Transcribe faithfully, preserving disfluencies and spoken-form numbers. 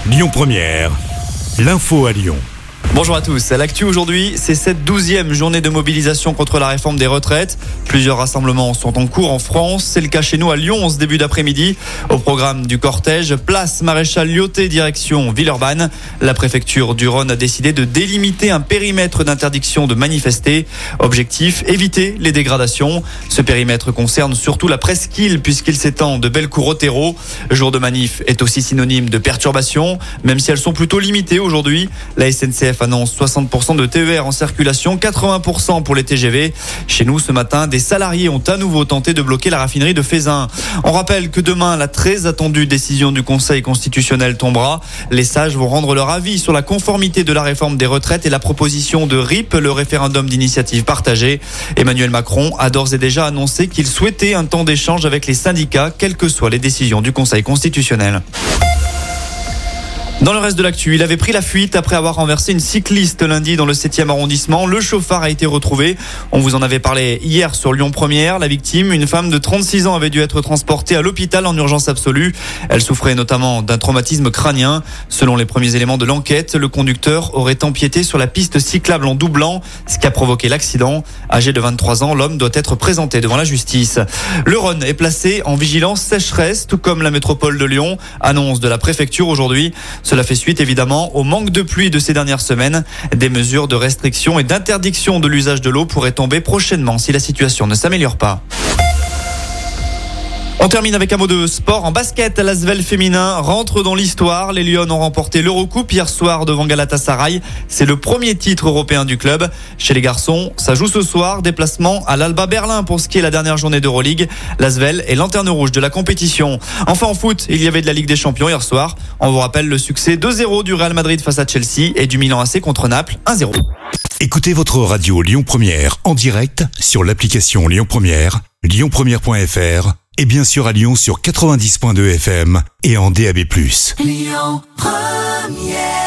Lyon Première, l'info à Lyon. Bonjour à tous. À l'actu aujourd'hui, c'est cette douzième journée de mobilisation contre la réforme des retraites. Plusieurs rassemblements sont en cours en France. C'est le cas chez nous à Lyon en ce début d'après-midi. Au programme du cortège, place Maréchal Lyoté, direction Villeurbanne. La préfecture du Rhône a décidé de délimiter un périmètre d'interdiction de manifester. Objectif, éviter les dégradations. Ce périmètre concerne surtout la presqu'île puisqu'il s'étend de Bellecour au Terreau. Jour de manif est aussi synonyme de perturbation, même si elles sont plutôt limitées aujourd'hui. La S N C F annonce soixante pour cent de T E R en circulation, quatre-vingts pour cent pour les T G V. Chez nous, ce matin, des salariés ont à nouveau tenté de bloquer la raffinerie de Feyzin. On rappelle que demain, la très attendue décision du Conseil constitutionnel tombera. Les sages vont rendre leur avis sur la conformité de la réforme des retraites et la proposition de R I P, le référendum d'initiative partagée. Emmanuel Macron a d'ores et déjà annoncé qu'il souhaitait un temps d'échange avec les syndicats, quelles que soient les décisions du Conseil constitutionnel. Dans le reste de l'actu, il avait pris la fuite après avoir renversé une cycliste lundi dans le septième arrondissement. Le chauffard a été retrouvé. On vous en avait parlé hier sur Lyon Première. La victime, une femme de trente-six ans, avait dû être transportée à l'hôpital en urgence absolue. Elle souffrait notamment d'un traumatisme crânien. Selon les premiers éléments de l'enquête, le conducteur aurait empiété sur la piste cyclable en doublant, ce qui a provoqué l'accident. Âgé de vingt-trois ans, l'homme doit être présenté devant la justice. Le Rhône est placé en vigilance sécheresse, tout comme la métropole de Lyon. Annonce de la préfecture aujourd'hui. Cela fait suite évidemment au manque de pluie de ces dernières semaines. Des mesures de restriction et d'interdiction de l'usage de l'eau pourraient tomber prochainement si la situation ne s'améliore pas. On termine avec un mot de sport. En basket, l'Asvel féminin rentre dans l'histoire. Les Lyonnes ont remporté l'Eurocoupe hier soir devant Galatasaray. C'est le premier titre européen du club. Chez les garçons, ça joue ce soir. Déplacement à l'Alba Berlin pour ce qui est la dernière journée d'Euroleague. L'Asvel est lanterne rouge de la compétition. Enfin en foot, il y avait de la Ligue des Champions hier soir. On vous rappelle le succès deux zéro du Real Madrid face à Chelsea et du Milan A C contre Naples un zéro. Écoutez votre radio Lyon Première en direct sur l'application Lyon Première, lyon première point f r et bien sûr à Lyon sur quatre-vingt-dix virgule deux F M et en D A B plus. Lyon Première.